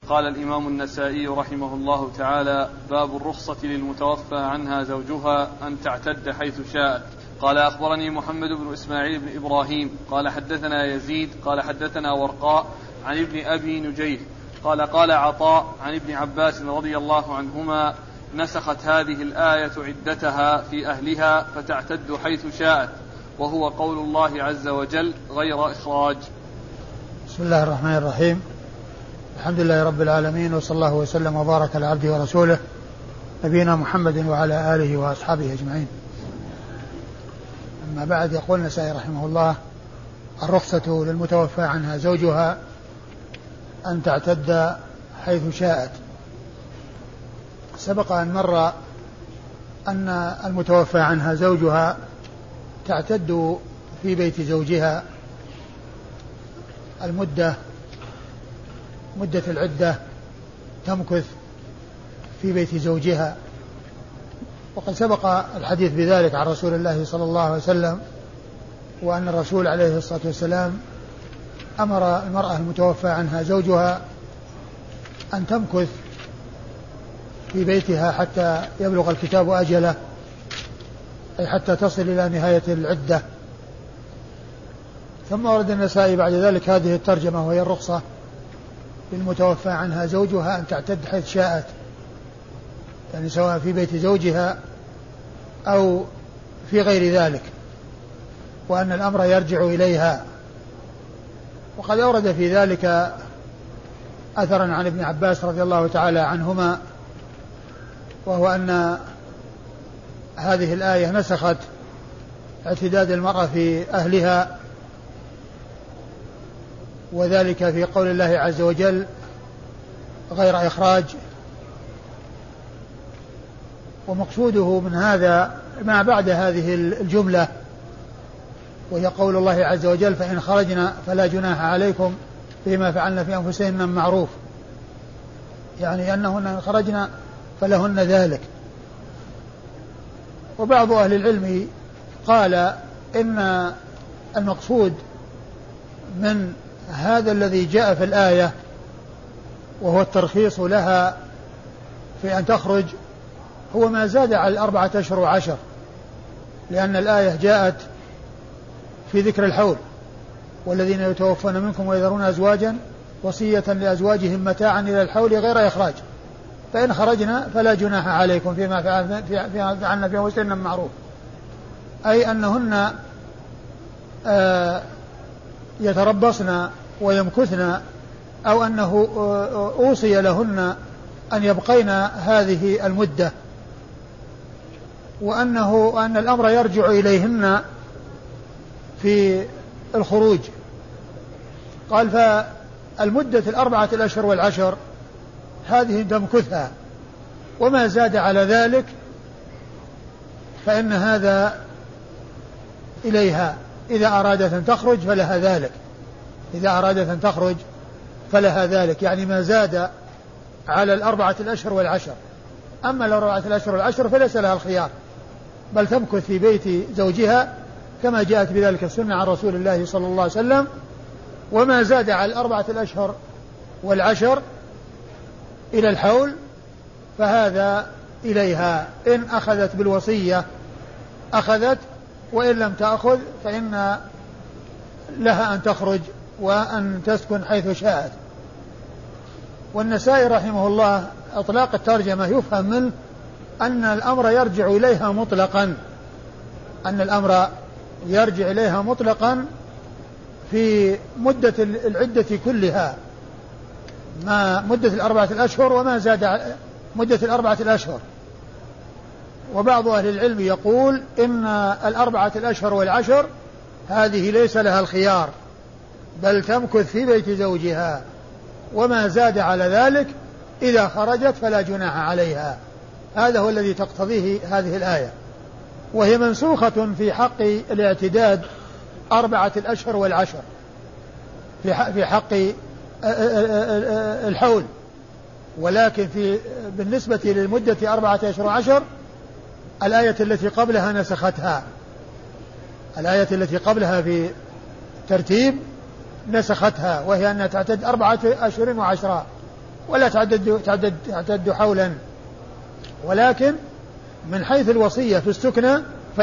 قال الإمام النسائي رحمه الله تعالى: باب الرخصة للمتوفى عنها زوجها أن تعتد حيث شاءت. قال: أخبرني محمد بن إسماعيل بن إبراهيم قال حدثنا يزيد قال حدثنا ورقاء عن ابن أبي نجيح قال عطاء عن ابن عباس رضي الله عنهما: نسخت هذه الآية عدتها في أهلها فتعتد حيث شاءت، وهو قول الله عز وجل غير إخراج. بسم الله الرحمن الرحيم. الحمد لله رب العالمين، وصلى الله وسلم وبارك على عبده ورسوله نبينا محمد وعلى آله وأصحابه أجمعين. أما بعد، يقول النسائي رحمه الله: الرخصة للمتوفى عنها زوجها أن تعتد حيث شاءت. سبق أن مر أن المتوفى عنها زوجها تعتد في بيت زوجها مدة العدة تمكث في بيت زوجها، وقد سبق الحديث بذلك عن رسول الله صلى الله عليه وسلم، وأن الرسول عليه الصلاة والسلام أمر المرأة المتوفى عنها زوجها أن تمكث في بيتها حتى يبلغ الكتاب أجله، أي حتى تصل إلى نهاية العدة. ثم ورد النسائي بعد ذلك هذه الترجمة، وهي الرخصة للمتوفى عنها زوجها أن تعتد حيث شاءت، يعني سواء في بيت زوجها أو في غير ذلك، وأن الأمر يرجع إليها. وقد أورد في ذلك أثرا عن ابن عباس رضي الله تعالى عنهما، وهو أن هذه الآية نسخت اعتداد المرأة في أهلها، وذلك في قول الله عز وجل غير إخراج. ومقصوده من هذا ما بعد هذه الجملة، وهي قول الله عز وجل: فإن خرجنا فلا جناح عليكم فيما فعلنا في أنفسهن من معروف، يعني أنهن إن خرجنا فلهن ذلك. وبعض أهل العلم قال إن المقصود من هذا الذي جاء في الآية وهو الترخيص لها في أن تخرج هو ما زاد على 4 أشهر و10، لأن الآية جاءت في ذكر الحول: والذين يتوفون منكم ويذرون أزواجا وصية لأزواجهم متاعا إلى الحول غير إخراج، فإن خرجنا فلا جناح عليكم فيما فعلنا في أنفسهن من معروف، أي أنهن يتربصن ويمكثن، أو أنه أوصي لهن أن يبقين هذه المدة، وأن الأمر يرجع إليهن في الخروج. قال: فالمدة 4 أشهر و10 هذه تمكثها، وما زاد على ذلك فإن هذا إليها. إذا أرادت أن تخرج فلها ذلك، إذا أرادت أن تخرج فلها ذلك، يعني ما زاد على 4 أشهر و10. أما 4 أشهر و10 فليس لها الخيار، بل تمكث في بيت زوجها كما جاءت بذلك السنة عن رسول الله صلى الله عليه وسلم. وما زاد على 4 أشهر و10 إلى الحول فهذا إليها، إن أخذت بالوصية أخذت، وإن لم تأخذ فإن لها أن تخرج وأن تسكن حيث شاءت. والنسائي رحمه الله أطلاق الترجمة يفهم منه أن الأمر يرجع إليها مطلقا، أن الأمر يرجع إليها مطلقا في مدة العدة كلها، ما مدة 4 أشهر وما زاد مدة 4 أشهر. وبعض أهل العلم يقول إن 4 أشهر و10 هذه ليس لها الخيار، بل تمكث في بيت زوجها، وما زاد على ذلك إذا خرجت فلا جناح عليها. هذا هو الذي تقتضيه هذه الآية، وهي منسوخة في حق الاعتداد 4 أشهر و10 في حق الحول، ولكن بالنسبة للمدة 4 أشهر و10 الآية التي قبلها نسختها، الآية التي قبلها في ترتيب نسختها، وهي أنها تعتد 4 أشهر و10. ولا تعتد حولا، ولكن من حيث الوصية في السكنى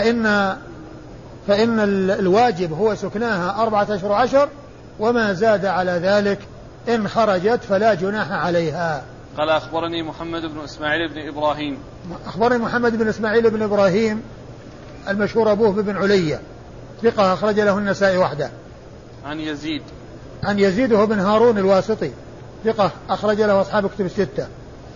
فإن الواجب هو سكناها 4 أشهر وعشر، وما زاد على ذلك إن خرجت فلا جناح عليها. قال أخبرني محمد بن إسماعيل بن إبراهيم. أخبرني محمد بن إسماعيل بن إبراهيم المشهور أبوه بن علية، ثقة أخرج له النسائي وحده. عن يزيد وهو بن هارون الواسطي، ثقة أخرج له أصحاب كتب الستة.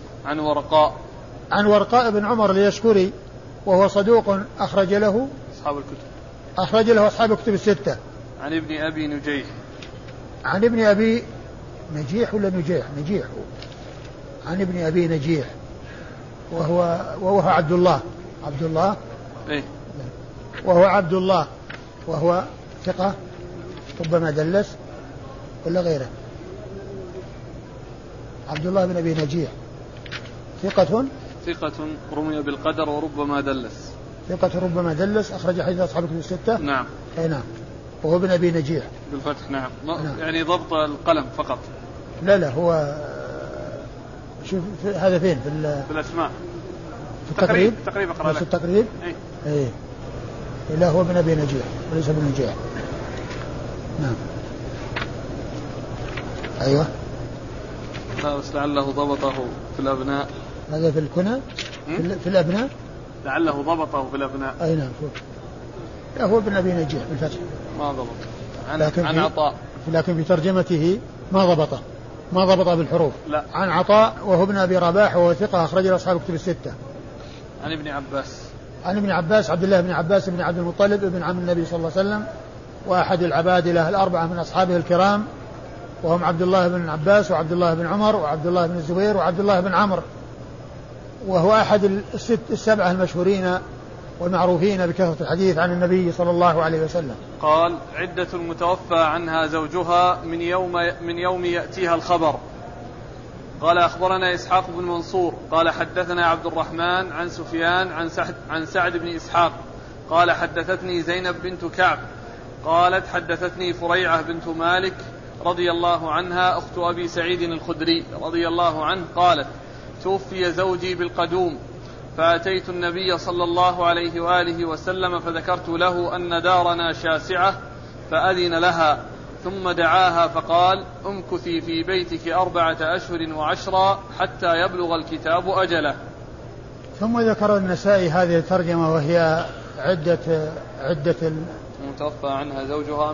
عن ورقاء بن عمر اليشكري وهو صدوق أخرج له أصحاب كتب الستة. عن ابن أبي نجيح. عن ابن أبي نجيح ولا نجيح؟ نجيح. عن ابن أبي نجيح وهو عبد الله إيه؟ وهو عبد الله وهو ثقة ربما دلس ولا غيره. عبد الله بن أبي نجيح ثقة رمي بالقدر وربما دلس أخرج حديث أصحاب الكتب الستة. نعم. أي نعم. وهو ابن أبي نجيح بالفتح. نعم. يعني ضبط القلم فقط. لا هو شوف هذا فين في الأسماء، في التقريب. أقرأ لك التقريب. إيه. لا هو ابن أبي نجيح وليس ابن نجيح. نعم. أيوة. لا بس لعله ضبطه في الأبناء. هذا في الكنى في الأبناء. لعله ضبطه في الأبناء. أي نعم. هو ابن أبي نجيح بالفتح. ما ضبط. عن عطاء. لكن في ترجمته ما ضبط بالحروف. لا. عن عطاء وهو ابن أبي رباح وهو ثقة أخرج له أصحاب كتب الستة. عن ابن عباس عبد الله بن عباس بن عبد المطلب ابن عم النبي صلى الله عليه وسلم، وأحد العبادلة الأربعة من أصحابه الكرام، وهم عبد الله بن عباس وعبد الله بن عمر وعبد الله بن الزبير وعبد الله بن عمرو، وهو أحد السبعة المشهورين والمعروفين بكثرة الحديث عن النبي صلى الله عليه وسلم. قال: عدة المتوفى عنها زوجها من يوم يأتيها الخبر. قال: أخبرنا إسحاق بن منصور قال: حدثنا عبد الرحمن عن سفيان عن سعد بن إسحاق قال: حدثتني زينب بنت كعب قالت: حدثتني فريعة بنت مالك رضي الله عنها أخت أبي سعيد الخدري رضي الله عنه قالت: توفي زوجي بالقدوم، فأتيت النبي صلى الله عليه وآله وسلم فذكرت له أن دارنا شاسعة فأذن لها، ثم دعاها فقال: امكثي في بيتك 4 أشهر و10 حتى يبلغ الكتاب أجله. ثم ذكر النسائي هذه الترجمة وهي عدة المتوفى عنها زوجها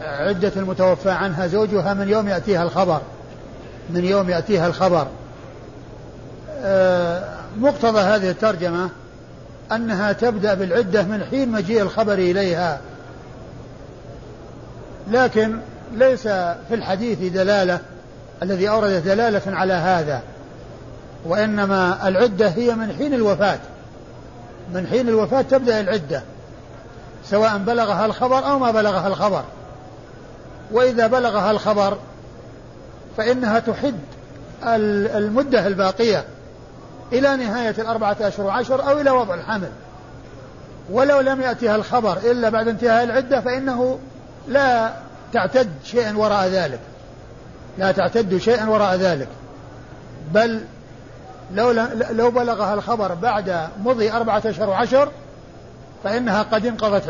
من يوم يأتيها الخبر. مقتضى هذه الترجمة أنها تبدأ بالعدة من حين مجيء الخبر إليها، لكن ليس في الحديث دلالة الذي أورد دلالة على هذا، وإنما العدة هي من حين الوفاة تبدأ العدة، سواء بلغها الخبر أو ما بلغها الخبر. وإذا بلغها الخبر فإنها تحد المدة الباقية إلى نهاية 4 أشهر وعشر أو إلى وضع الحمل. ولو لم يأتها الخبر إلا بعد انتهاء العدة فإنه لا تعتد شيئا وراء ذلك، بل لو بلغها الخبر بعد مضي 4 أشهر وعشر فإنها قد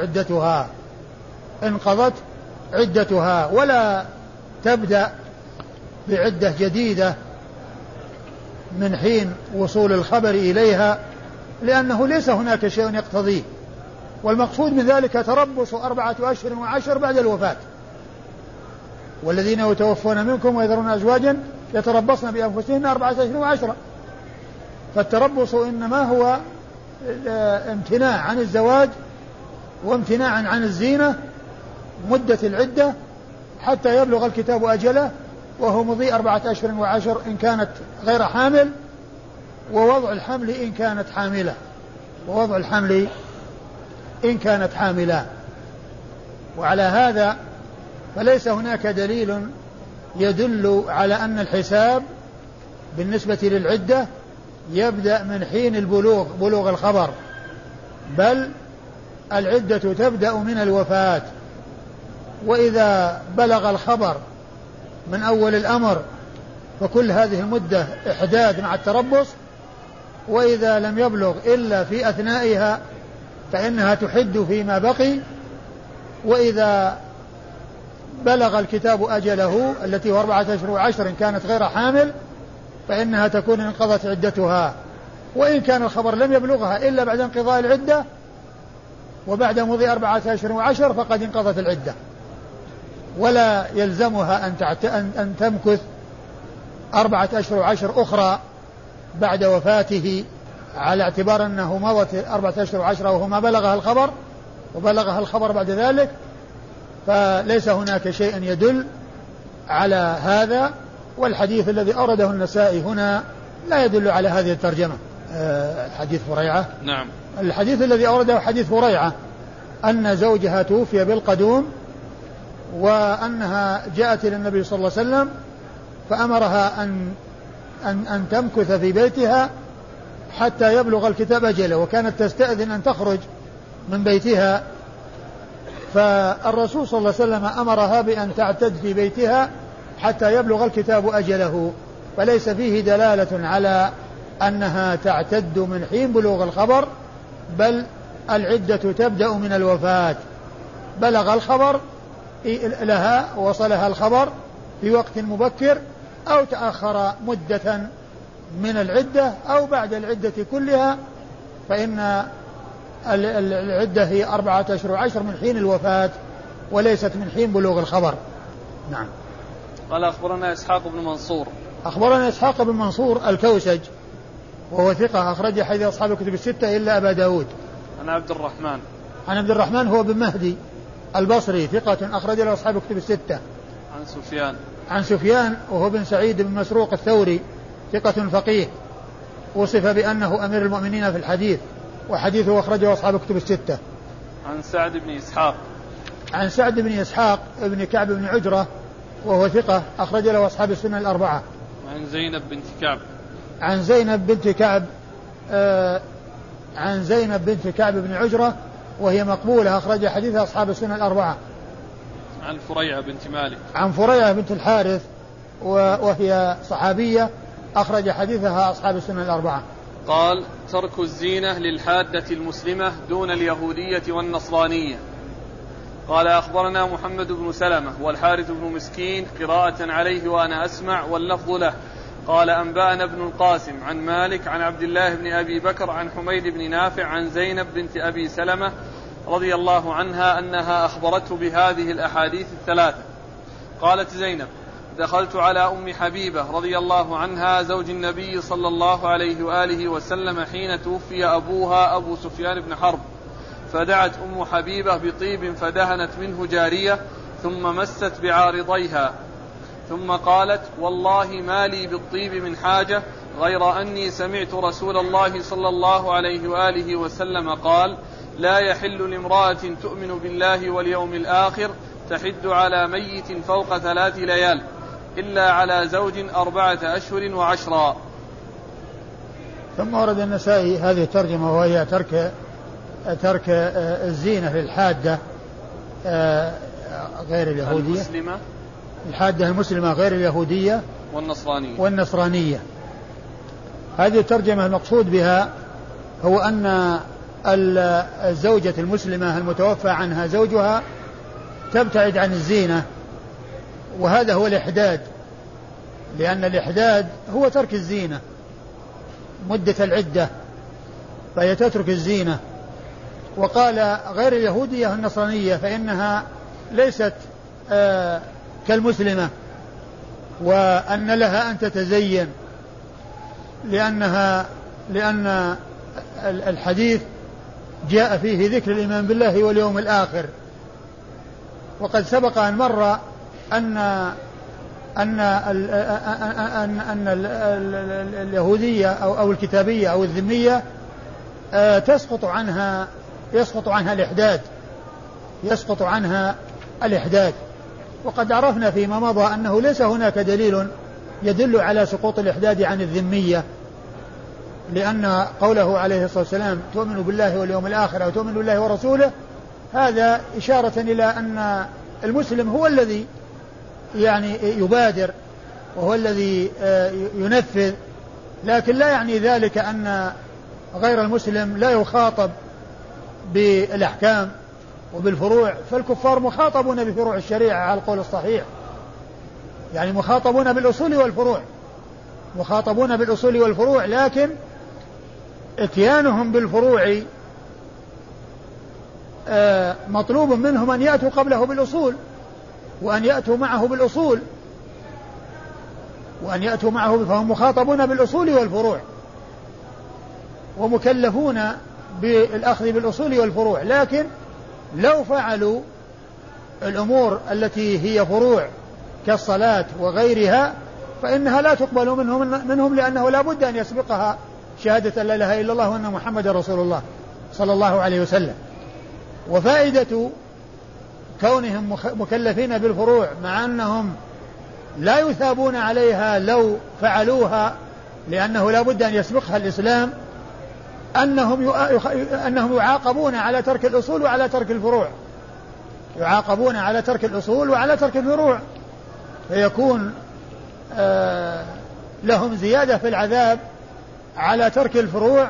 انقضت عدتها ولا تبدأ بعدة جديدة من حين وصول الخبر إليها، لأنه ليس هناك شيء يقتضيه. والمقصود من ذلك تربص 4 أشهر وعشر بعد الوفاة، والذين يتوفون منكم ويذرون أزواجا يتربصن بأنفسهن 4 أشهر وعشرة. فالتربص إنما هو امتناع عن الزواج وامتناع عن الزينة مدة العدة حتى يبلغ الكتاب أجله، وهو مضي 4 أشهر وعشر إن كانت غير حامل، ووضع الحمل إن كانت حاملة. وعلى هذا فليس هناك دليل يدل على أن الحساب بالنسبة للعدة يبدأ من حين بلوغ الخبر، بل العدة تبدأ من الوفاة. وإذا بلغ الخبر من أول الأمر فكل هذه المدة إحداد مع التربص، وإذا لم يبلغ إلا في أثنائها فإنها تحد فيما بقي، وإذا بلغ الكتاب أجله التي هو 4 أشهر و10 كانت غير حامل فإنها تكون انقضت عدتها. وإن كان الخبر لم يبلغها إلا بعد انقضاء العدة وبعد مضي 4 أشهر و10 فقد انقضت العدة، ولا يلزمها أن تمكث 4 أشهر و10 أخرى بعد وفاته، على اعتبار أنه مضت 4 أشهر و10 وهو ما بلغها الخبر وبلغها الخبر بعد ذلك، فليس هناك شيء يدل على هذا. والحديث الذي أورده النسائي هنا لا يدل على هذه الترجمة. حديث فريعة. نعم. الحديث الذي أورده حديث فريعة أن زوجها توفي بالقدوم، وأنها جاءت إلى النبي صلى الله عليه وسلم فأمرها أن تمكث في بيتها حتى يبلغ الكتاب أجله، وكانت تستأذن أن تخرج من بيتها، فالرسول صلى الله عليه وسلم أمرها بأن تعتد في بيتها حتى يبلغ الكتاب أجله، فليس فيه دلالة على أنها تعتد من حين بلوغ الخبر، بل العدة تبدأ من الوفاة. بلغ الخبر لها وصلها الخبر في وقت مبكر أو تأخر مدة من العدة أو بعد العدة كلها، فإن العدة هي 4 أشهر و10 من حين الوفاة وليست من حين بلوغ الخبر. نعم. قال أخبرنا إسحاق بن منصور. أخبرنا إسحاق بن منصور الكوسج وهو ثقة أخرج حديث أصحاب الكتب الستة إلا أبا داود. عن عبد الرحمن. عن عبد الرحمن هو بن مهدي البصري ثقة أخرج له أصحاب الكتب الستة. عن سفيان. عن سفيان وهو بن سعيد بن مسروق الثوري ثقة فقيه، وصف بأنه أمير المؤمنين في الحديث، وحديثه أخرجه أصحاب الكتب الستة. عن سعد بن إسحاق. عن سعد بن إسحاق بن كعب بن عجرة وهو ثقة أخرج له أصحاب السنن الأربعة. عن زينب بنت كعب. عن زينب بنت كعب عن زينب بنت كعب بن عجرة وهي مقبولة أخرج حديث أصحاب السنن الأربعة. عن فريعة بنت مالك. عن فريعة بنت الحارث وهي صحابية أخرج حديثها أصحاب السنن الأربعة. قال: ترك الزينة للحادة المسلمة دون اليهودية والنصرانية. قال: أخبرنا محمد بن سلمة والحارث بن مسكين قراءة عليه وأنا أسمع واللفظ له. قال: أنبأنا ابن القاسم عن مالك عن عبد الله بن أبي بكر عن حميد بن نافع عن زينب بنت أبي سلمة رضي الله عنها أنها أخبرته بهذه الأحاديث الثلاثة. قالت زينب: دخلت على أم حبيبة رضي الله عنها زوج النبي صلى الله عليه وآله وسلم حين توفي أبوها أبو سفيان بن حرب، فدعت أم حبيبة بطيب فدهنت منه جارية ثم مست بعارضيها، ثم قالت: والله ما لي بالطيب من حاجة غير أني سمعت رسول الله صلى الله عليه وآله وسلم قال: لا يحل لامرأة تؤمن بالله واليوم الآخر تحد على ميت فوق 3 ليال إلا على زوج 4 أشهر و10. ثم ورد النسائي هذه الترجمة وهي ترك الزينة للحادة غير اليهودية المسلمة، الحادة المسلمة غير اليهودية والنصرانية. هذه الترجمة المقصود بها هو أن الزوجة المسلمة المتوفى عنها زوجها تبتعد عن الزينة، وهذا هو الإحداد، لأن الإحداد هو ترك الزينة مدة العدة، فهي تترك الزينة. وقال غير اليهودية والنصرانية فإنها ليست كالمسلمة، وأن لها أن تتزين لأن الحديث جاء فيه ذكر الإيمان بالله واليوم الآخر. وقد سبق أن مر أن اليهودية أو الكتابية أو الذمية يسقط عنها الإحداد. وقد عرفنا فيما مضى أنه ليس هناك دليل يدل على سقوط الإحداد عن الذمية، لأن قوله عليه الصلاة والسلام تؤمن بالله واليوم الآخر أو تؤمن بالله ورسوله، هذا إشارة إلى أن المسلم هو الذي يعني يبادر وهو الذي ينفذ، لكن لا يعني ذلك أن غير المسلم لا يخاطب بالأحكام وبالفروع، فالكفار مخاطبون بفروع الشريعة على القول الصحيح، يعني مخاطبون بالأصول والفروع، مخاطبون بالأصول والفروع، لكن اتيانهم بالفروع مطلوب منهم أن يأتوا قبله بالأصول، وأن يأتوا معه بالأصول، وأن يأتوا معه، فهم مخاطبون بالأصول والفروع ومكلفون بالأخذ بالأصول والفروع. لكن لو فعلوا الأمور التي هي فروع كالصلاة وغيرها فإنها لا تقبل منهم لأنه لا بد أن يسبقها شهادة لا إله إلا الله وأن محمد رسول الله صلى الله عليه وسلم. وفائدة كونهم مكلفين بالفروع مع أنهم لا يثابون عليها لو فعلوها لأنه لا بد أن يسبقها الإسلام، أنهم يعاقبون على ترك الأصول وعلى ترك الفروع، يعاقبون على ترك الأصول وعلى ترك الفروع، فيكون لهم زيادة في العذاب على ترك الفروع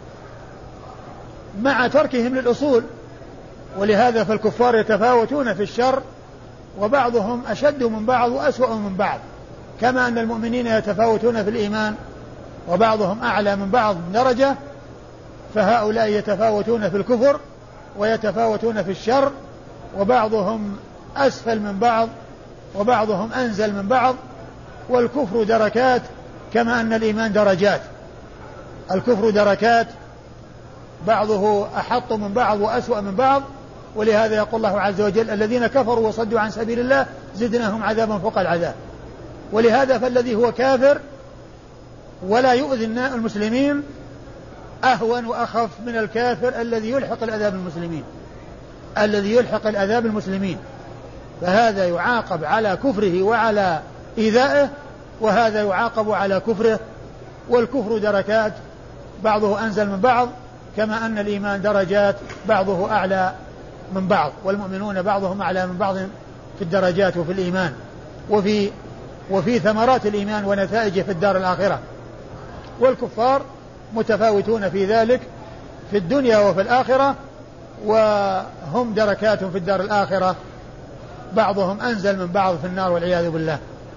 مع تركهم للأصول. ولهذا فالكفار يتفاوتون في الشر، وبعضهم أشد من بعض وأسوأ من بعض، كما أن المؤمنين يتفاوتون في الإيمان وبعضهم أعلى من بعض درجة، فهؤلاء يتفاوتون في الكفر ويتفاوتون في الشر، وبعضهم أسفل من بعض وبعضهم أنزل من بعض. والكفر دركات كما أن الإيمان درجات، الكفر دركات بعضه أحط من بعض وأسوأ من بعض. ولهذا يقول الله عز وجل الذين كفروا وصدوا عن سبيل الله زدناهم عذابا فوق العذاب. ولهذا فالذي هو كافر ولا يؤذي المسلمين أهون وأخف من الكافر الذي يلحق الأذى بالمسلمين، الذي يلحق الأذى بالمسلمين، فهذا يعاقب على كفره وعلى إيذائه، وهذا يعاقب على كفره. والكفر دركات بعضه أنزل من بعض، كما أن الإيمان درجات بعضه أعلى من بعض، والمؤمنون بعضهم أعلى من بعض في الدرجات وفي الإيمان وفي ثمرات الإيمان ونتائجه في الدار الآخرة. والكفار متفاوتون في ذلك في الدنيا وفي الآخرة، وهم دركات في الدار الآخرة، بعضهم أنزل من بعض في النار والعياذ بالله.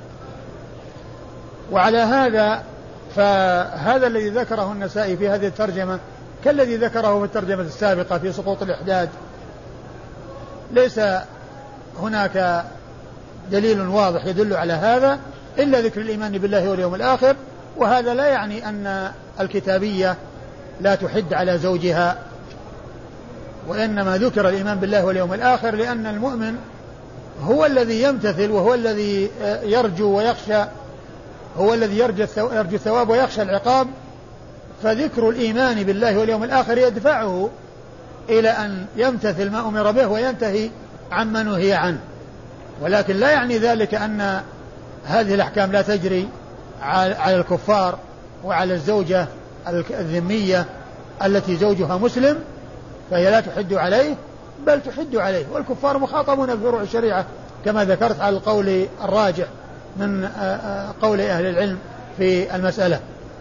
وعلى هذا فهذا الذي ذكره النسائي في هذه الترجمة كالذي ذكره في الترجمة السابقة في سقوط الإحداد، ليس هناك دليل واضح يدل على هذا إلا ذكر الإيمان بالله واليوم الآخر. وهذا لا يعني أن الكتابية لا تحد على زوجها، وإنما ذكر الإيمان بالله واليوم الآخر لأن المؤمن هو الذي يمتثل وهو الذي يرجو ويخشى، هو الذي يرجو الثواب ويخشى العقاب، فذكر الإيمان بالله واليوم الآخر يدفعه إلى أن يمتثل ما أمر به وينتهي عما نهي عنه. ولكن لا يعني ذلك أن هذه الأحكام لا تجري على الكفار وعلى الزوجة الذمية التي زوجها مسلم، فهي لا تحد عليه بل تحد عليه. والكفار مخاطبون بفروع الشريعة كما ذكرت على القول الراجح من قول أهل العلم في المسألة.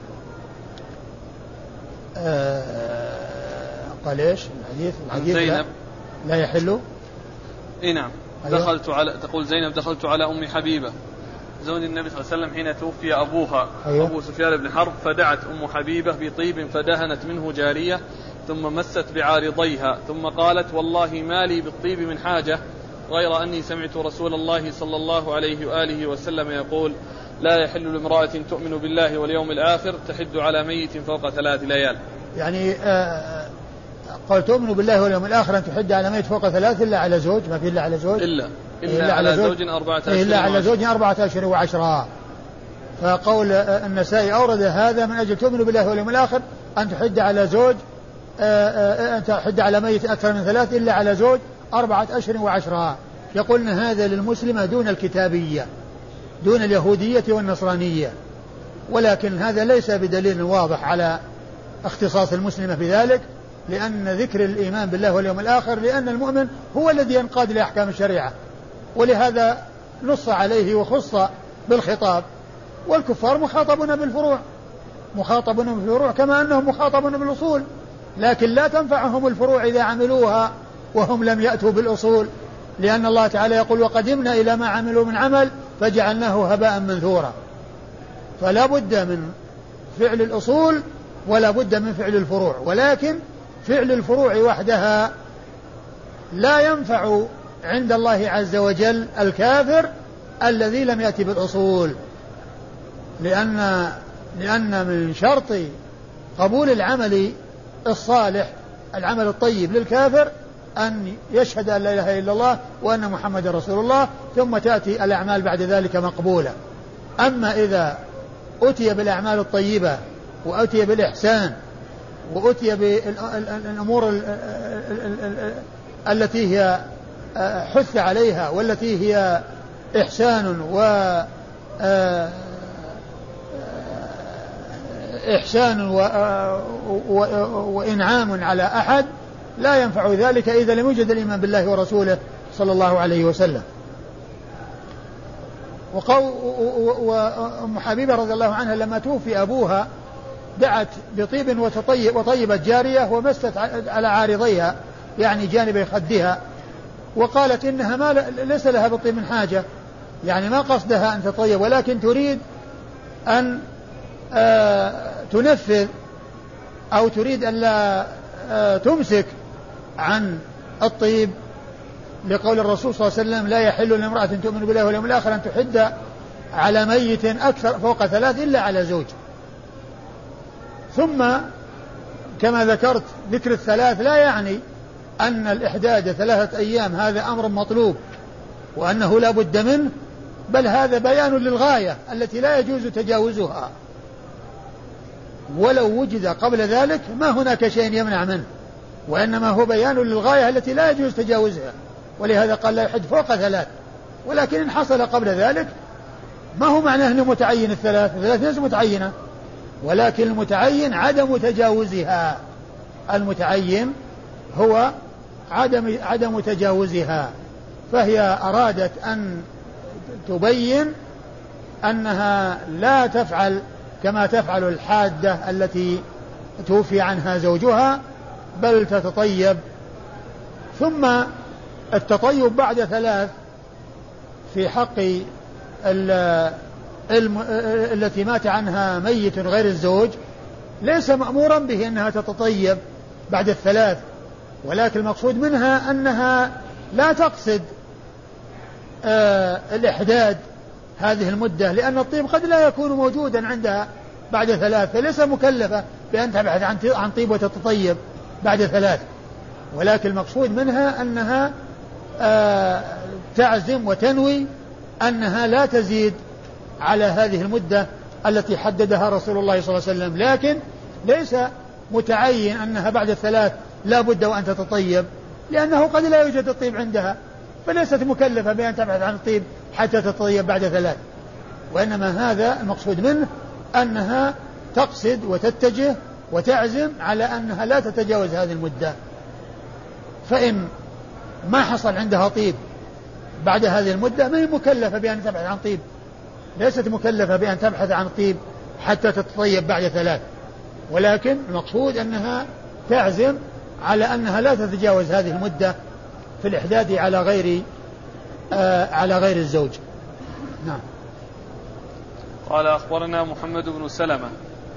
قال إيش الحديث زينب لا يحل. نعم. أيوة. تقول زينب دخلت على أم حبيبة زوج النبي صلى الله عليه وسلم حين توفي أبوها. أيوة. أبو سفيان بن حرب، فدعت أم حبيبة بطيب فدهنت منه جارية ثم مست بعارضيها ثم قالت والله ما لي بالطيب من حاجة غير أني سمعت رسول الله صلى الله عليه وآله وسلم يقول لا يحل لامرأة تؤمن بالله واليوم الآخر تحد على ميت فوق 3 ليال. يعني قال تؤمن بالله واليوم الآخر أن تحد على ميت فوق 3 إلا على زوج، ما في إلا على زوج إلا على زوج 4 أشهر إلا على زوج 4 أشهر و10. فقول النسائي أورد هذا من أجل تؤمن بالله واليوم الآخر أن تحد على زوج أن تحد على ميت أكثر من 3 إلا على زوج 4 أشهر و10. يقولنا هذا للمسلمة دون الكتابية، دون اليهودية والنصرانية، ولكن هذا ليس بدليل واضح على اختصاص المسلمة في ذلك، لأن ذكر الإيمان بالله واليوم الآخر لأن المؤمن هو الذي ينقاد لأحكام الشريعة، ولهذا نص عليه وخص بالخطاب والكفار مخاطبون بالفروع كما أنهم مخاطبون بالأصول، لكن لا تنفعهم الفروع إذا عملوها وهم لم يأتوا بالأصول، لأن الله تعالى يقول وقدمنا إلى ما عملوا من عمل فجعلناه هباء منثورا. فلا بد من فعل الأصول ولا بد من فعل الفروع، ولكن فعل الفروع وحدها لا ينفع عند الله عز وجل الكافر الذي لم يأتي بالأصول، لأن من شرط قبول العمل الصالح العمل الطيب للكافر أن يشهد أن لا إله إلا الله وأن محمد رسول الله، ثم تأتي الأعمال بعد ذلك مقبولة. أما إذا أتي بالأعمال الطيبة وأتي بالإحسان وأتي بالأمور التي هي حث عليها والتي هي إحسان وإنعام على أحد، لا ينفع ذلك إذا لم يوجد الإيمان بالله ورسوله صلى الله عليه وسلم. وأم حبيبة رضي الله عنها لما توفي أبوها دعت بطيب وطيبت جارية ومست على عارضيها يعني جانبي خدها، وقالت إنها ليس لها بالطيب من حاجة، يعني ما قصدها أن تطيب ولكن تريد أن تنفذ أو تريد أن لا تمسك عن الطيب، لقول الرسول صلى الله عليه وسلم لا يحل لامرأة تؤمن بالله واليوم الآخر أن تحد على ميت أكثر فوق 3 إلا على زوج. ثم كما ذكرت ذكر الثلاث لا يعني أن الإحداد 3 أيام هذا أمر مطلوب وأنه لا بد منه، بل هذا بيان للغاية التي لا يجوز تجاوزها، ولو وجد قبل ذلك ما هناك شيء يمنع منه، وإنما هو بيان للغاية التي لا يجوز تجاوزها، ولهذا قال لا يحد فوق 3، ولكن إن حصل قبل ذلك ما هو معناه أنه متعين الثلاث ليس متعينة، ولكن المتعين عدم تجاوزها، المتعين هو عدم تجاوزها. فهي أرادت أن تبين أنها لا تفعل كما تفعل الحادة التي توفي عنها زوجها، بل تتطيب. ثم التطيب بعد 3 في حق التي مات عنها ميت غير الزوج ليس مأمورا به أنها تتطيب بعد 3، ولكن المقصود منها أنها لا تقصد الإحداد هذه المدة، لأن الطيب قد لا يكون موجودا عندها بعد 3، فليس مكلفة بأن تبحث عن طيب وتتطيب بعد 3، ولكن المقصود منها أنها تعزم وتنوي أنها لا تزيد على هذه المدة التي حددها رسول الله صلى الله عليه وسلم، لكن ليس متعين أنها بعد 3 لا بد وأن تتطيب، لأنه قد لا يوجد الطيب عندها، فليست مكلفة بأن تبحث عن الطيب حتى تتطيب بعد 3، وإنما هذا المقصود منه أنها تقصد وتتجه وتعزم على أنها لا تتجاوز هذه المدة. فإن ما حصل عندها طيب بعد هذه المدة ما هي مكلفة بأن تبحث عن طيب، ليست مكلفة بأن تبحث عن طيب حتى تتطيب بعد 3، ولكن المقصود أنها تعزم على أنها لا تتجاوز هذه المدة في الإحداد على غير الزوج. نعم. قال أخبرنا محمد بن سلمة.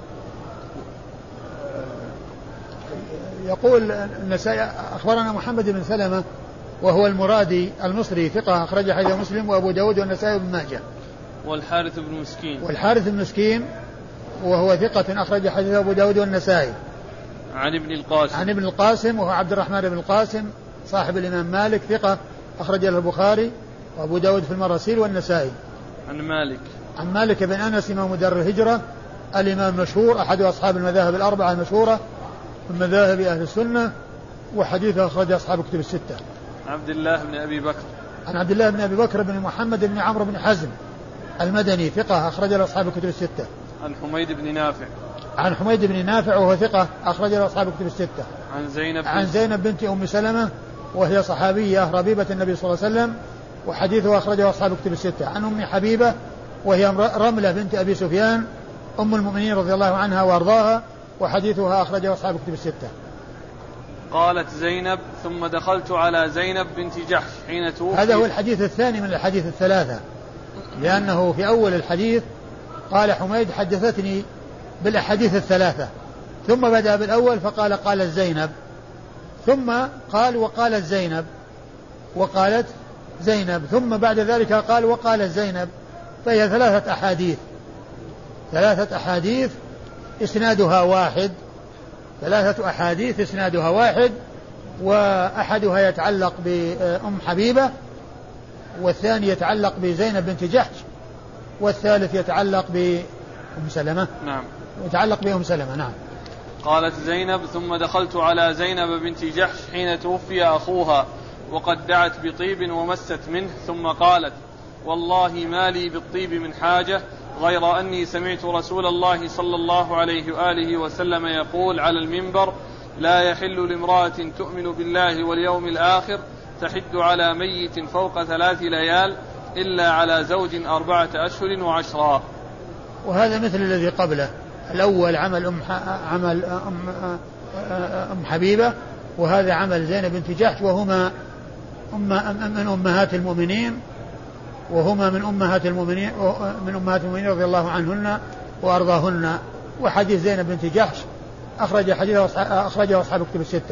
يقول النسائي أخبرنا محمد بن سلمة وهو المرادي المصري ثقة أخرج حديث مسلم وأبو داود والنسائي بن ماجه. والحارث بن مسكين. والحارث بن مسكين وهو ثقة أخرج حديث أبو داود والنسائي. عن ابن القاسم. عن ابن القاسم وهو عبد الرحمن بن القاسم صاحب الإمام مالك ثقة أخرج له البخاري وأبو داود في المراسيل والنسائي. عن مالك. عن مالك بن أنس إمام دار الهجرة الإمام مشهور أحد أصحاب المذاهب الأربعة المشهورة من مذاهب أهل السنة، وحديثه أخرج أصحاب كتب 6. عبد الله بن أبي بكر. عن عبد الله بن أبي بكر بن محمد بن عمرو بن حزم المدني ثقة أخرج له أصحاب كتب 6. عن حميد بن نافع. عن حميد بن نافع وهو ثقة أخرج له أصحاب كتب 6. عن زينب بنت أم سلمة وهي صحابية ربيبة النبي صلى الله عليه وسلم، وحديثه أخرجه أصحاب كتب 6. عن أم حبيبة وهي رملة بنت أبي سفيان أم المؤمنين رضي الله عنها وأرضاها، وحديثها أخرجه أصحاب الكتب الستة. قالت زينب ثم دخلت على زينب بنت جحش حين توفي. هذا هو الحديث الثاني من الحديث الثلاثة، لأنه في أول الحديث قال حميد حدثتني بالأحاديث الثلاثة، ثم بدأ بالأول فقال قالت زينب، ثم قال وقالت زينب وقالت زينب، ثم بعد ذلك قال وقالت زينب، فهي ثلاثة أحاديث إسنادها واحد، وأحدها يتعلق بأم حبيبة، والثاني يتعلق بزينب بنت جحش، والثالث يتعلق بأم سلمة. نعم. يتعلق بأم سلمة. نعم. قالت زينب ثم دخلت على زينب بنت جحش حين توفي أخوها وقد دعت بطيب ومست منه، ثم قالت والله ما لي بالطيب من حاجة غير أني سمعت رسول الله صلى الله عليه وآله وسلم يقول على المنبر لا يحل لامرأة تؤمن بالله واليوم الآخر تحد على ميت فوق 3 ليال إلا على زوج 4 أشهر و10. وهذا مثل الذي قبله، الأول عمل أم حبيبة، وهذا عمل زينب بنت جحش، وهما من أمهات المؤمنين، من أمهات المؤمنين رضي الله عنهن وأرضاهن. وحديث زينب بنت جحش أخرجه أصحاب الكتب الستة.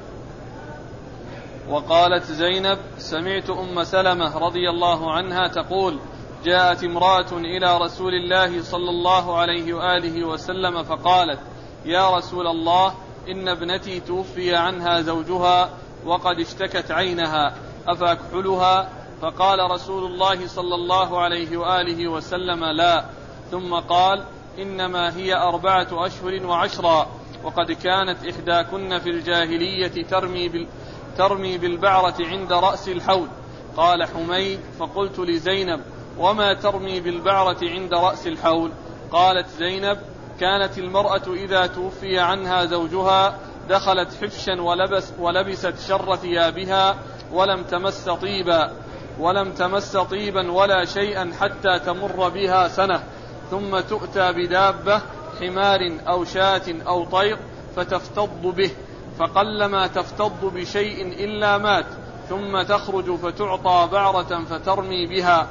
وقالت زينب سمعت أم سلمة رضي الله عنها تقول جاءت امرأة إلى رسول الله صلى الله عليه وآله وسلم فقالت يا رسول الله إن ابنتي توفي عنها زوجها وقد اشتكت عينها أفأكحلها؟ فقال رسول الله صلى الله عليه وآله وسلم لا، ثم قال إنما هي 4 أشهر و10، وقد كانت إحداكن في الجاهلية ترمي بالبعرة عند رأس الحول. قال حميد فقلت لزينب وما ترمي بالبعرة عند رأس الحول؟ قالت زينب كانت المرأة إذا توفي عنها زوجها دخلت حفشا ولبست شر ثيابها ولم تمس طيبا ولا شيئا حتى تمر بها سنة، ثم تؤتى بدابة حمار أو شاة أو طير فتفتض به، فقلما تفتض بشيء إلا مات، ثم تخرج فتعطى بعرة فترمي بها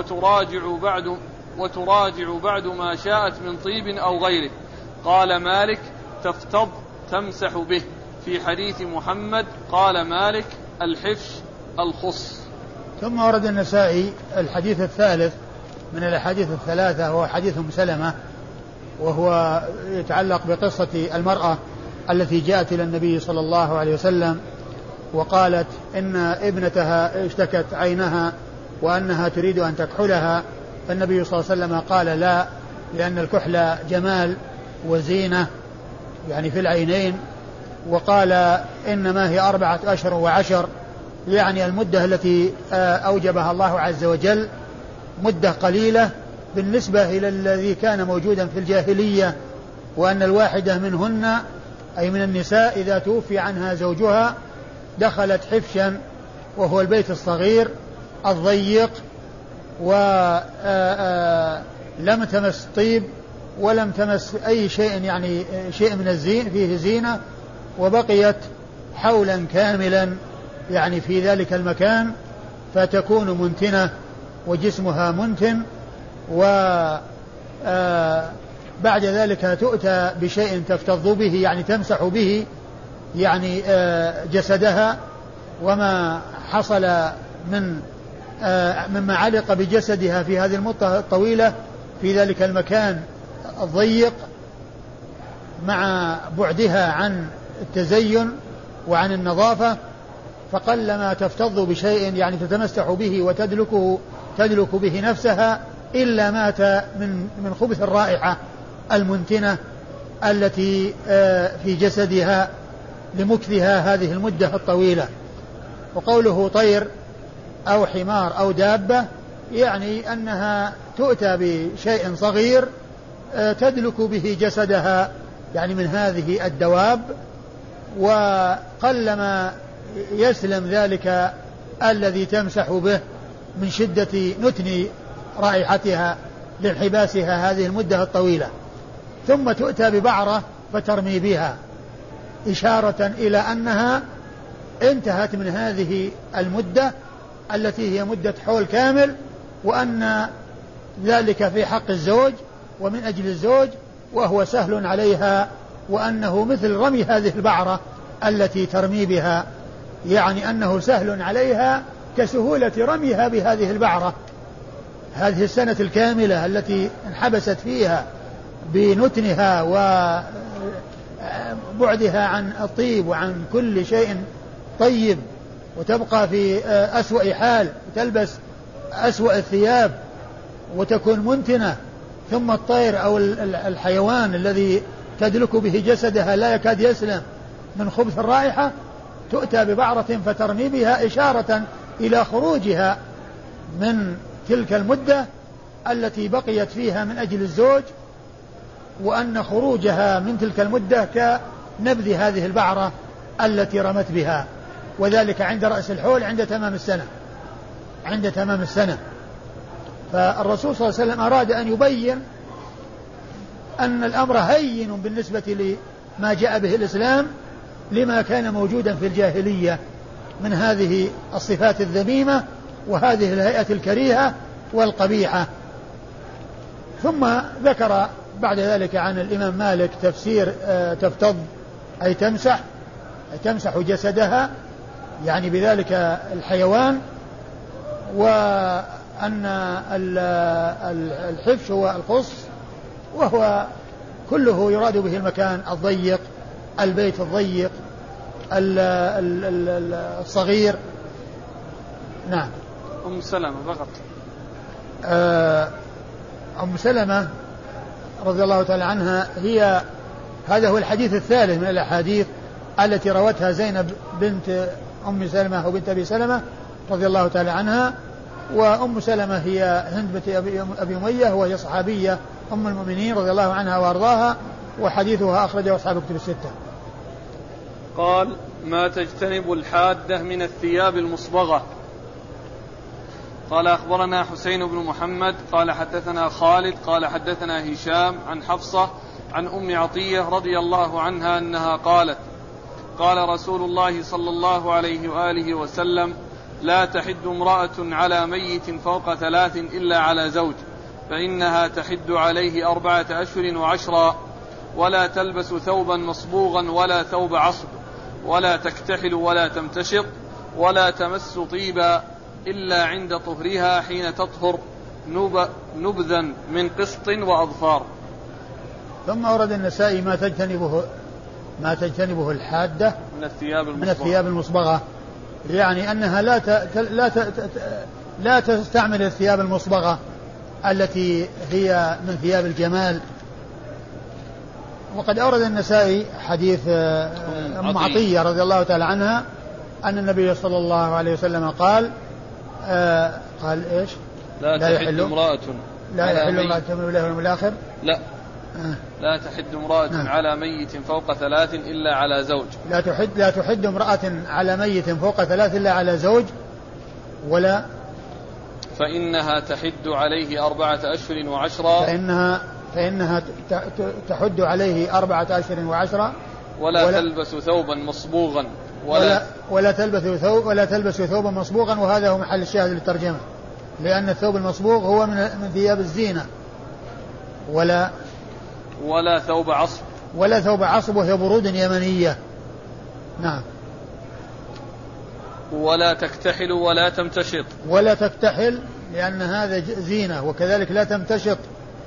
وتراجع بعد ما شاءت من طيب أو غيره. قال مالك تفتض تمسح به. في حديث محمد قال مالك الحفش الخص. ثم ورد النسائي الحديث الثالث من الأحاديث الثلاثة، وهو حديث أم سلمة، وهو يتعلق بقصة المرأة التي جاءت إلى النبي صلى الله عليه وسلم وقالت إن ابنتها اشتكت عينها وأنها تريد أن تكحلها، فالنبي صلى الله عليه وسلم قال لا، لأن الكحل جمال وزينة يعني في العينين، وقال إنما هي 4 أشهر و10، يعني المدة التي أوجبها الله عز وجل مدة قليلة بالنسبة إلى الذي كان موجودا في الجاهلية، وأن الواحدة منهن أي من النساء إذا توفي عنها زوجها دخلت حفشا، وهو البيت الصغير الضيق، ولم تمس طيب ولم تمس أي شيء، يعني شيء من الزين فيه زينة، وبقيت حولا كاملا يعني في ذلك المكان، فتكون منتنة وجسمها منتن، وبعد ذلك تؤتى بشيء تفتض به يعني تمسح به يعني جسدها وما حصل مما علق بجسدها في هذه المدة الطويلة في ذلك المكان الضيق، مع بعدها عن التزين وعن النظافة، فقلما تفتض بشيء يعني تتمسح به وتدلك به نفسها إلا مات من خبث الرائحة المنتنة التي في جسدها لمكثها هذه المدة الطويلة. وقوله طير أو حمار أو دابة يعني أنها تؤتى بشيء صغير تدلك به جسدها يعني من هذه الدواب، وقلما يسلم ذلك الذي تمسح به من شدة نتن رائحتها لانحباسها هذه المدة الطويلة، ثم تؤتى ببعرة فترمي بها، إشارة إلى أنها انتهت من هذه المدة التي هي مدة حول كامل، وأن ذلك في حق الزوج ومن أجل الزوج، وهو سهل عليها، وأنه مثل رمي هذه البعرة التي ترمي بها، يعني أنه سهل عليها كسهولة رميها بهذه البعرة. هذه السنة الكاملة التي انحبست فيها بنتنها وبعدها عن الطيب وعن كل شيء طيب، وتبقى في أسوأ حال، وتلبس أسوأ الثياب وتكون منتنة، ثم الطير أو الحيوان الذي تدلك به جسدها لا يكاد يسلم من خبث الرائحة، تؤتى ببعرة فترمي بها، إشارة إلى خروجها من تلك المدة التي بقيت فيها من أجل الزوج، وأن خروجها من تلك المدة كنبذ هذه البعرة التي رمت بها، وذلك عند رأس الحول عند تمام السنة. فالرسول صلى الله عليه وسلم أراد أن يبين أن الأمر هين بالنسبة لما جاء به الإسلام لما كان موجودا في الجاهلية من هذه الصفات الذميمة وهذه الهيئة الكريهة والقبيحة. ثم ذكر بعد ذلك عن الإمام مالك تفسير تفتض أي تمسح جسدها، يعني بذلك الحيوان، وأن الحفش هو القص، وهو كله يراد به المكان الضيق، البيت الضيق الصغير. نعم. أم سلمة فقط. أم سلمة رضي الله تعالى عنها هذا هو الحديث الثالث من الأحاديث التي روتها زينب بنت أم سلمة أو بنت أبي سلمة رضي الله تعالى عنها. وأم سلمة هي هند بنت أبي أمية، وهي صحابية أم المؤمنين رضي الله عنها وأرضاها، وحديثها أخرجه أصحاب الكتب الستة. قال: ما تجتنب الحادة من الثياب المصبغة. قال: أخبرنا حسين بن محمد قال حدثنا خالد قال حدثنا هشام عن حفصة عن أم عطية رضي الله عنها أنها قالت: قال رسول الله صلى الله عليه وآله وسلم: لا تحد امرأة على ميت فوق 3 إلا على زوج، فإنها تحد عليه 4 أشهر و10، ولا تلبس ثوبا مصبوغا ولا ثوب عصب، ولا تكتحل ولا تمتشط، ولا تمس طيبا إلا عند طهرها حين تطهر، نبذا من قسط وأظفار. ثم أورد النسائي ما تجتنبه الحادة من الثياب المصبغة، يعني أنها لا تستعمل الثياب المصبغة التي هي من ثياب الجمال. وقد أورد النسائي حديث أم عطية رضي الله تعالى عنها أن النبي صلى الله عليه وسلم قال إيش؟ لا تحد امرأة من بالله واليوم الآخر. لا تحد امرأة على ميت فوق 3 إلا على زوج. لا تحد امرأة على ميت فوق 3 إلا على زوج، ولا فإنها تحد عليه 4 أشهر و10. فإنها تحد عليه 4 أشهر و10. ولا تلبس ثوبا مصبوغا ولا تلبس ثوبا مصبوغا، وهذا هو محل الشاهد للترجمة، لأن الثوب المصبوغ هو من ثياب الزينة. ولا ثوب عصب وهي برود يمنية. نعم. ولا تكتحل ولا تمتشط. ولا تكتحل لأن هذا زينة، وكذلك لا تمتشط.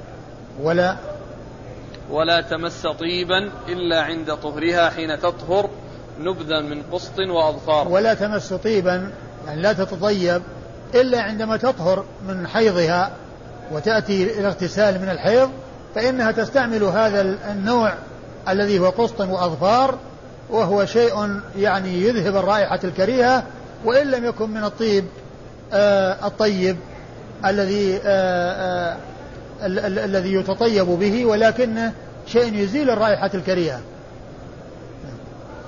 ولا تمس طيبا إلا عند طهرها حين تطهر، نبذا من قسط وأظفار. ولا تمس طيبا يعني لا تتطيب إلا عندما تطهر من حيضها وتأتي الاغتسال من الحيض، فإنها تستعمل هذا النوع الذي هو قسط وأظفار، وهو شيء يعني يذهب الرائحة الكريهة، وإن لم يكن من الطيب الطيب الذي يتطيب به، ولكنه شيء يزيل الرائحة الكريهة.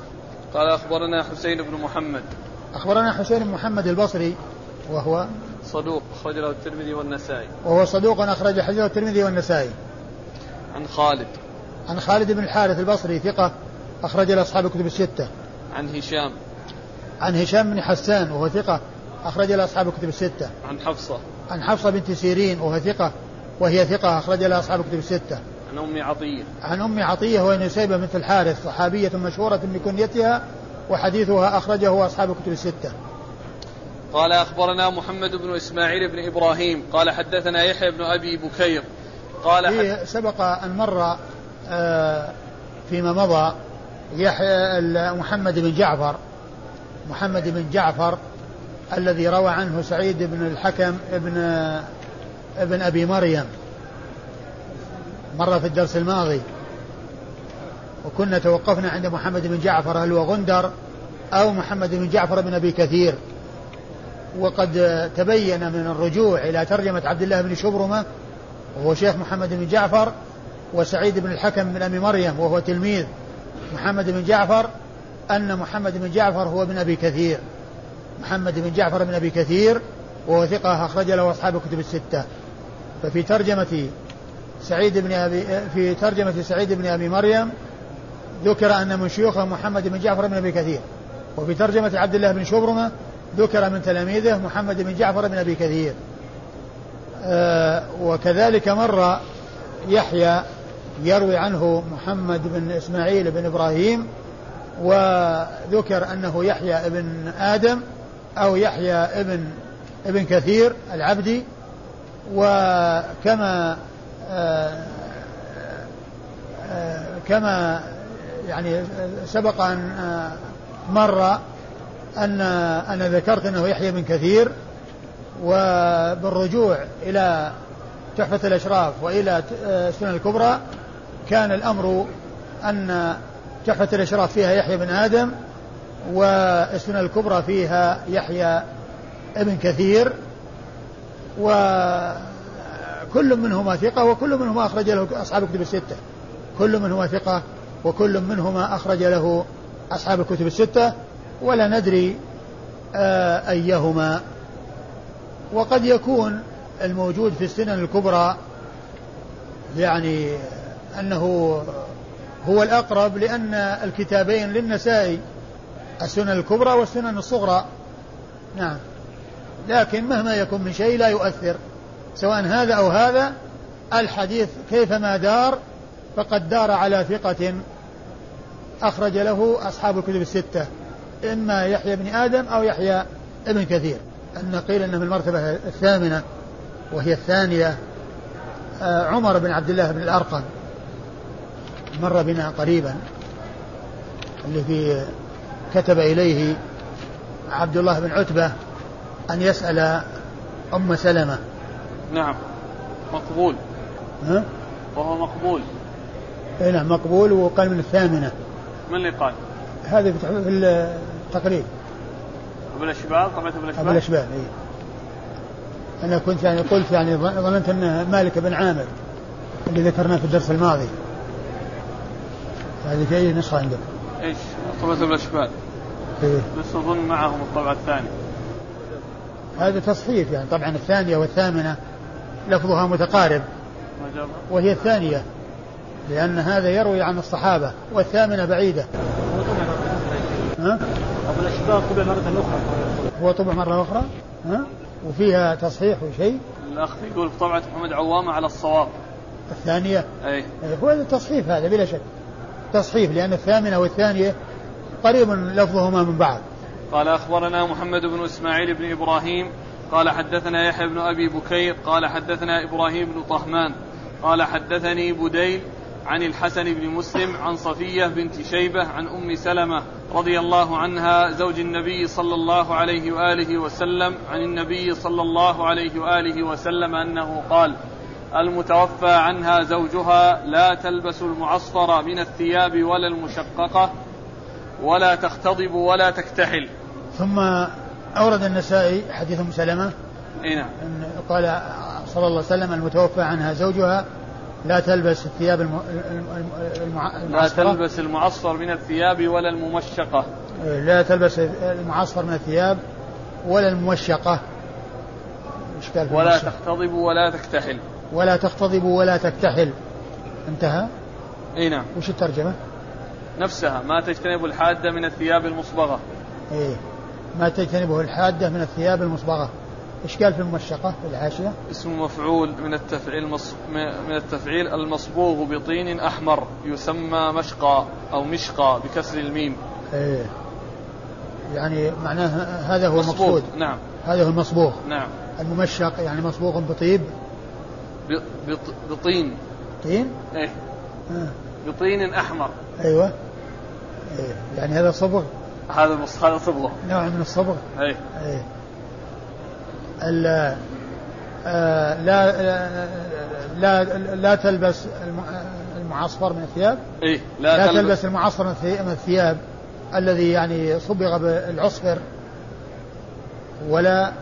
قال: أخبرنا حسين بن محمد البصري وهو صدوق أخرج له الترمذي والنسائي. وهو صدوق أخرج حديثه الترمذي والنسائي. عن خالد بن الحارث البصري ثقة أخرج له أصحاب الكتب الستة. عن هشام بن حسان وهو ثقة أخرج له أصحاب الكتب الستة. عن حفصة بنت سيرين وهي ثقة أخرج لها أصحاب الكتب الستة. عن أم عطية وهي نسيبة بنت الحارث صحابية مشهورة بكنيتها وحديثها أخرجه أصحاب الكتب الستة. قال أخبرنا محمد بن إسماعيل بن إبراهيم قال حدثنا يحيى بن أبي بكير قال سبق أن مر فيما مضى يحيى محمد بن جعفر الذي روى عنه سعيد بن الحكم ابن أبي مريم، مر في الدرس الماضي، وكنا توقفنا عند محمد بن جعفر هل هو غندر أو محمد بن جعفر بن أبي كثير. وقد تبين من الرجوع إلى ترجمة عبد الله بن شبرمة وهو شيخ محمد بن جعفر، وسعيد بن الحكم بن أبي مريم وهو تلميذ محمد بن جعفر، أن محمد بن جعفر هو ابن أبي كثير، محمد بن جعفر بن أبي كثير وهو ثقة أخرج له أصحاب الكتب الستة. ففي ترجمة سعيد بن أبي مريم ذكر أن من شيوخه محمد بن جعفر بن أبي كثير، وفي ترجمة عبد الله بن شبرمة ذكر من تلاميذه محمد بن جعفر بن أبي كثير. وكذلك مر يحيى يروي عنه محمد بن إسماعيل بن إبراهيم، وذكر أنه يحيى ابن آدم أو يحيى ابن كثير العبدي. وكما كما يعني سبق أن مر أنا ذكرت أنه يحيى بن كثير، وبالرجوع إلى تحفة الأشراف وإلى السنن الكبرى كان الأمر أن تحفة الأشراف فيها يحيى بن آدم والسنن الكبرى فيها يحيى ابن كثير، وكل منهما ثقة وكل منهما أخرج له أصحاب الكتب الستة. كل منهما ثقة وكل منهما أخرج له أصحاب الكتب الستة، ولا ندري أيهما. وقد يكون الموجود في السنن الكبرى يعني أنه هو الأقرب، لأن الكتابين للنسائي السنن الكبرى والسنن الصغرى. نعم، لكن مهما يكون من شيء لا يؤثر، سواء هذا أو هذا، الحديث كيفما دار فقد دار على ثقة أخرج له أصحاب الكتب الستة، إما يحيى بن آدم أو يحيى ابن كثير. أن قيل أنه من المرتبة الثامنة وهي الثانية عمر بن عبد الله بن الأرقم، مر بنا قريبا، الذي كتب إليه عبد الله بن عتبة أن يسأل أم سلمة. نعم، مقبول. وهو مقبول. نعم مقبول، وقال من الثامنة. من اللي قال؟ هذا في التقريب. أبو الأشبال، طبعا أبو الأشبال. إيه. أنا كنت يعني قلت يعني ظننت أنه مالك بن عامر اللي ذكرناه في الدرس الماضي. هذه في أي نسخة عندك؟ إيش؟ طبعا أبو الأشبال. إيه. بس أظن معهم الطبعة الثانية. هذا تصحيف يعني، طبعا الثانية والثامنة لفظها متقارب، وهي الثانية لأن هذا يروي عن الصحابة، والثامنة بعيدة. أبو الأشبال طبع مرة أخرى. هو طبع مرة أخرى وفيها تصحيح وشيء. الأخ يقول طبعة محمد عوامة على الصواب الثانية. أي هو التصحيف هذا بلا شك تصحيف، لأن الثامنة والثانية قريب لفظهما من بعض. قال أخبرنا محمد بن إسماعيل بن إبراهيم قال حدثنا يحيى بن أبي بكير قال حدثنا إبراهيم بن طهمان قال حدثني بديل عن الحسن بن مسلم عن صفية بنت شيبة عن أم سلمة رضي الله عنها زوج النبي صلى الله عليه وآله وسلم عن النبي صلى الله عليه وآله وسلم أنه قال: المتوفى عنها زوجها لا تلبس المعصفر من الثياب ولا المشققة ولا تختضب ولا تكتحل. ثم أورد النسائي حديث أم سلمة. نعم. قال صلى الله عليه وسلم: المتوفى عنها زوجها لا تلبس الثياب لا تلبس المعصفر من الثياب ولا الممشقة. لا تلبس المعصفر من الثياب ولا الممشقة. إشكال في ولا المشة. تختضب ولا تكتحل. ولا تختضب ولا تكتحل. انتهى. اي نعم. وش الترجمة؟ نفسها ما تجتنب الحادة من الثياب المصبغة. إيه ما تجتنبه الحادة من الثياب المصبغة. إشكال في المشقة في الحاشية. اسم مفعول من التفعيل المصبوغ بطين أحمر يسمى مشقى أو مشقى بكسر الميم. إيه يعني معناه هذا هو المقصود. نعم هذا هو المصبوغ. نعم. الممشق يعني مصبوغ بطيب. بطين. طين. إيه بطين أحمر. أيوة. إيه يعني هذا صبغ. هذا صبغ. نوع من الصبغ. إيه. إيه. لا تلبس المعصفر من الثياب. إيه لا تلبس المعصفر من الثياب الذي يعني صبغ بالعصفر ولا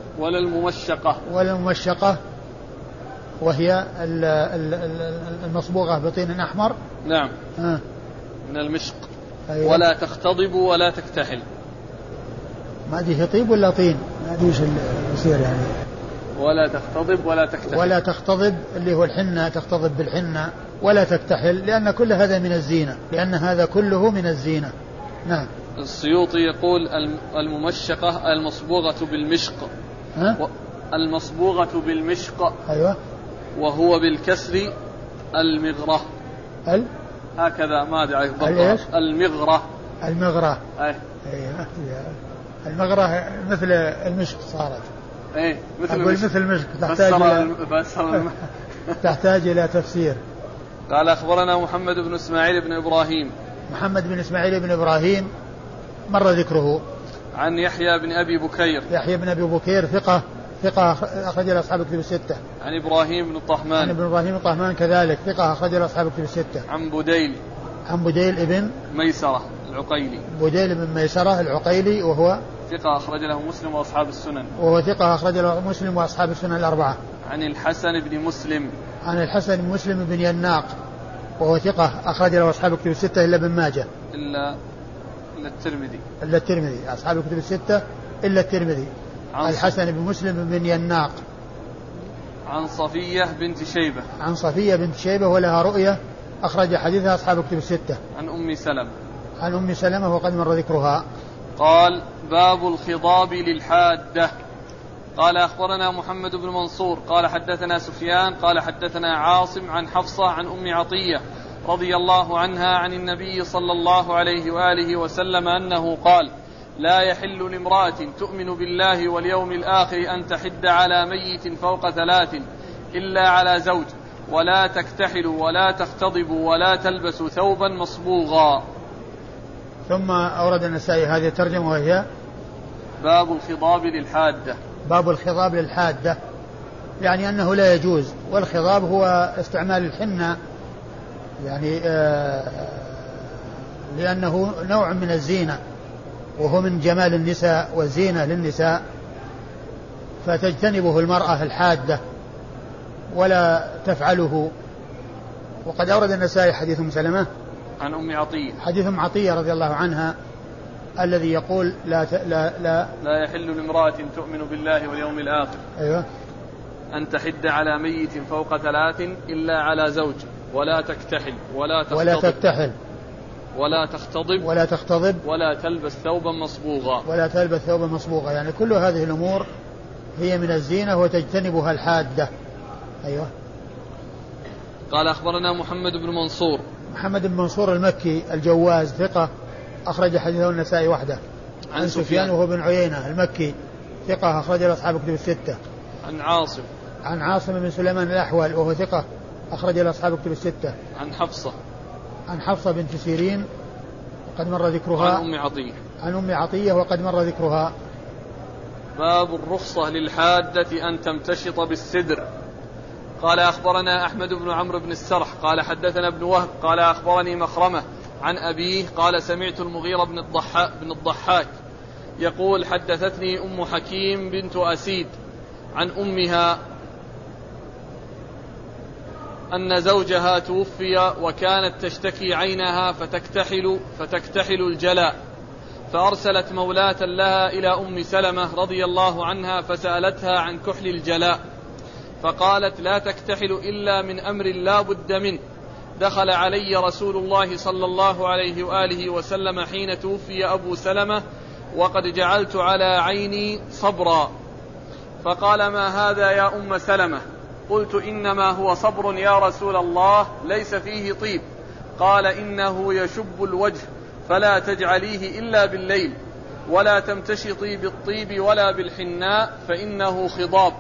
الممشقة وهي المصبوغة بطين أحمر. نعم. من المشق. أيوة. ولا تختضب ولا تكتحل. ما أدري طيب ولا طين ما أدري وش يصير يعني. ولا تختضب ولا تكتحل. ولا تختضب اللي هو الحنة تختضب بالحنة ولا تكتحل لأن كل هذا من الزينة لأن هذا كله من الزينة. نعم. السيوطي يقول الممشقة المصبوغة بالمشق. المصبوغة بالمشق. أيوة. وهو بالكسر المغرة. هكذا ما أدري بالضبط. المغرة. أيوة. المغرة مثل المشق صارت. ايه مثل المشق تحتاج إلى تفسير. قال أخبرنا محمد بن إسماعيل بن إبراهيم. محمد بن إسماعيل بن إبراهيم مر ذكره. عن يحيى بن أبي بكير. يحيى بن أبي بكير ثقة أخرج له أصحاب الكتب الستة. عن إبراهيم بن الطهمان. عن إبراهيم الطهمان كذلك ثقة أخرج له أصحاب الكتب الستة. عن بديل ابن ميسرة العقيلي. بديل بن ميسرة العقيلي وهو ثقة أخرج له مسلم وأصحاب السنن. وهو ثقة أخرج له مسلم وأصحاب السنن الأربعة. عن الحسن بن مسلم. عن الحسن بن مسلم بن يناق وهو ثقة أخرج له أصحاب الكتب الستة إلا ابن ماجه. إلا الترمذي. أصحاب الكتب الستة إلا الترمذي. الحسن بن مسلم بن يناق. عن صفية بنت شيبة ولها رؤية أخرج حديثها أصحاب الكتب الستة. عن أم سلمة وقد مر ذكرها. قال باب الخضاب للحادة. قال أخبرنا محمد بن منصور قال حدثنا سفيان قال حدثنا عاصم عن حفصة عن أم عطية رضي الله عنها عن النبي صلى الله عليه وآله وسلم أنه قال لا يحل لامرأة تؤمن بالله واليوم الآخر أن تحد على ميت فوق 3 إلا على زوج ولا تكتحل ولا تختضب ولا تلبس ثوبا مصبوغا. ثم أورد النسائي هذه الترجمة وهي باب الخضاب للحادة. باب الخضاب للحادة يعني أنه لا يجوز. والخضاب هو استعمال الحنة يعني لأنه نوع من الزينة وهو من جمال النساء والزينة للنساء فتجتنبه المرأة الحادة ولا تفعله. وقد أورد النسائي حديث أم سلمة عن أم عطية. حديث أم عطية رضي الله عنها الذي يقول لا يحل لامرأة تؤمن بالله واليوم الآخر. أيوة. أن تحد على ميت فوق 3 إلا على زوج ولا تكتحل ولا تختضب ولا تلبس ثوبا مصبوغا. يعني كل هذه الأمور هي من الزينة وتجتنبها الحادة. أيوة. قال أخبرنا محمد بن منصور المكي الجواز ثقة أخرج حديثه النسائي وحده. عن سفيان وهو بن عيينة المكي ثقة أخرج له أصحاب الكتب الستة. عن عاصم بن سليمان الأحول وهو ثقة أخرج له أصحاب الكتب الستة. عن حفصة بنت سيرين وقد مر ذكرها. عن أم عطية وقد مر ذكرها. باب الرخصة للحادة أن تمتشط بالسدر. قال أخبرنا أحمد بن عمرو بن السرح قال حدثنا ابن وهب قال أخبرني مخرمة عن أبيه قال سمعت المغيرة بن الضحاك يقول حدثتني أم حكيم بنت أسيد عن أمها أن زوجها توفي وكانت تشتكي عينها فتكتحل الجلاء فأرسلت مولاة لها إلى أم سلمة رضي الله عنها فسألتها عن كحل الجلاء فقالت لا تكتحل إلا من أمر لا بد منه. دخل علي رسول الله صلى الله عليه وآله وسلم حين توفي أبو سلمة وقد جعلت على عيني صبرا فقال ما هذا يا أم سلمة؟ قلت إنما هو صبر يا رسول الله ليس فيه طيب. قال إنه يشب الوجه فلا تجعليه إلا بالليل ولا تمتشطي بالطيب ولا بالحناء فإنه خضاب.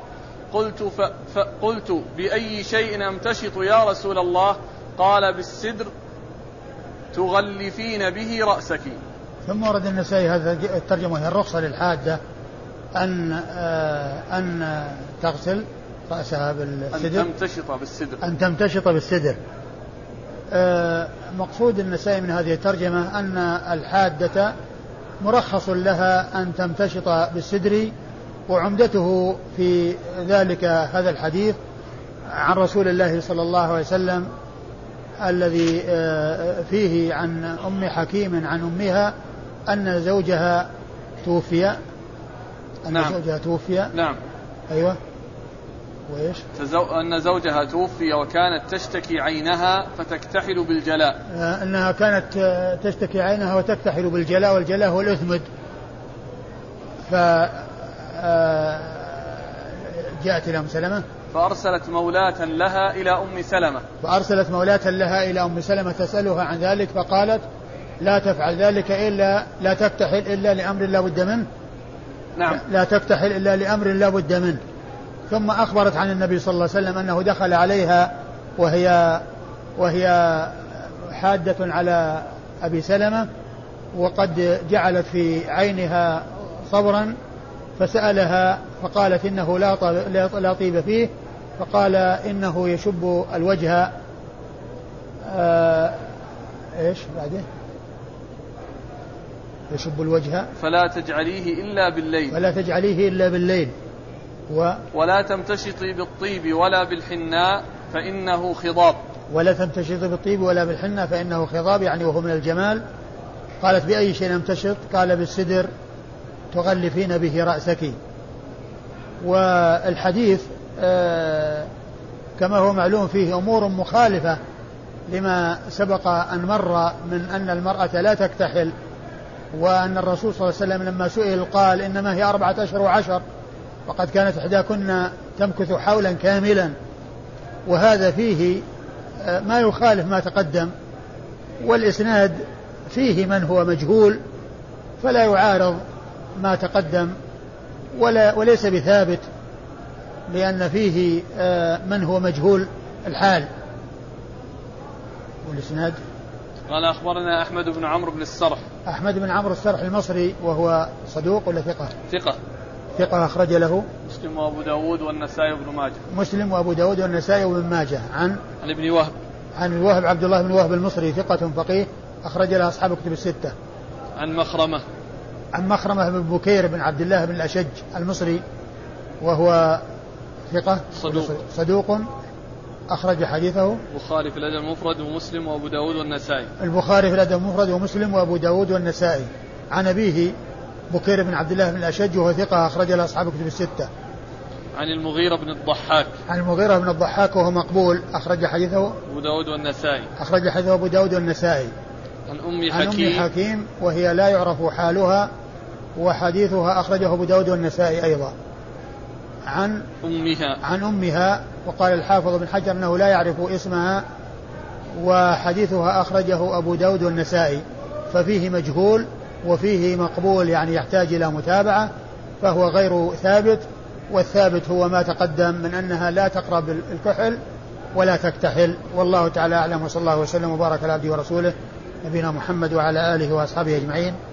قلت بأي شيء أمتشط يا رسول الله؟ قال بالسدر تغلفين به رأسك. ثم ورد النسائي هذا الترجمة هي الرخصة للحادة أن تغسل رأسها بالسدر أن تمتشط بالسدر. مقصود النسائي من هذه الترجمة أن الحادة مرخص لها أن تمتشط بالسدر، وعمدته في ذلك هذا الحديث عن رسول الله صلى الله عليه وسلم الذي فيه عن أم حكيم عن أمها أن زوجها توفي. زوجها توفي. نعم. أيوة. وإيش؟ أن زوجها توفي وكانت تشتكي عينها فتكتحل بالجلاء. أنها كانت تشتكي عينها وتكتحل بالجلاء، والجلاء هو الأثمد. جاءت إلى أم سلمة فأرسلت مولاة لها إلى أم سلمة تسألها عن ذلك فقالت لا تفعل ذلك إلا لا تكتحل إلا لأمر لا بد منه. نعم. لا تكتحل إلا لأمر لا بد منه. ثم أخبرت عن النبي صلى الله عليه وسلم أنه دخل عليها وهي حادة على أبي سلمة وقد جعلت في عينها صبرا، فسألها فقالت إنه لا طيب فيه، فقال إنه يشب الوجه. إيش بعده؟ يشب الوجه فلا تجعليه إلا بالليل ولا تمتشطي بالطيب ولا بالحناء فإنه خضاب. ولا تمتشطي بالطيب ولا بالحناء فإنه خضاب، يعني وهو من الجمال. قالت بأي شيء نمتشط؟ قال بالسدر تغلفين به رأسك. والحديث كما هو معلوم فيه أمور مخالفة لما سبق أن مر من أن المرأة لا تكتحل، وأن الرسول صلى الله عليه وسلم لما سئل قال إنما هي 4 أشهر و10، وقد كانت إحداكن تمكث حولا كاملا، وهذا فيه ما يخالف ما تقدم، والإسناد فيه من هو مجهول فلا يعارض ما تقدم وليس بثابت، لأن فيه من هو مجهول الحال. والإسناد قال أخبرنا أحمد بن عمرو بن السرح. أحمد بن عمرو السرح المصري، وهو صدوق ولا ثقة؟ ثقة أخرج له مسلم وأبو داود والنسائي وابن ماجه. مسلم وأبو داود والنسائي وابن ماجه. عن ابن وهب. عن الوهب عبد الله بن وهب المصري ثقة فقيه أخرج له أصحاب كتب الستة. عن مخرمة بن بكير بن عبد الله بن الأشج المصري، وهو ثقة صدوق أخرج حديثه البخاري في الأدب المفرد ومسلم وأبو داود والنسائي. البخاري في الأدب المفرد ومسلم وأبو داود والنسائي. عن أبيه بكير بن عبد الله بن الأشج وهو ثقة أخرج له أصحاب كتب الستة. عن المغيرة بن الضحاك. عن المغيرة بن الضحاك وهو مقبول أخرج حديثه أبو داود والنسائي. أخرج حديثه أبو داود والنسائي. عن أم حكيم وهي لا يعرف حالها، وحديثها أخرجه أبو داود والنسائي أيضا. عن أمها وقال الحافظ بن حجر أنه لا يعرف اسمها، وحديثها أخرجه أبو داود والنسائي، ففيه مجهول وفيه مقبول، يعني يحتاج إلى متابعة، فهو غير ثابت. والثابت هو ما تقدم من أنها لا تقرب الكحل ولا تكتحل. والله تعالى أعلم، وصلى الله وسلم وبارك على عبده ورسوله نبينا محمد وعلى آله وأصحابه أجمعين.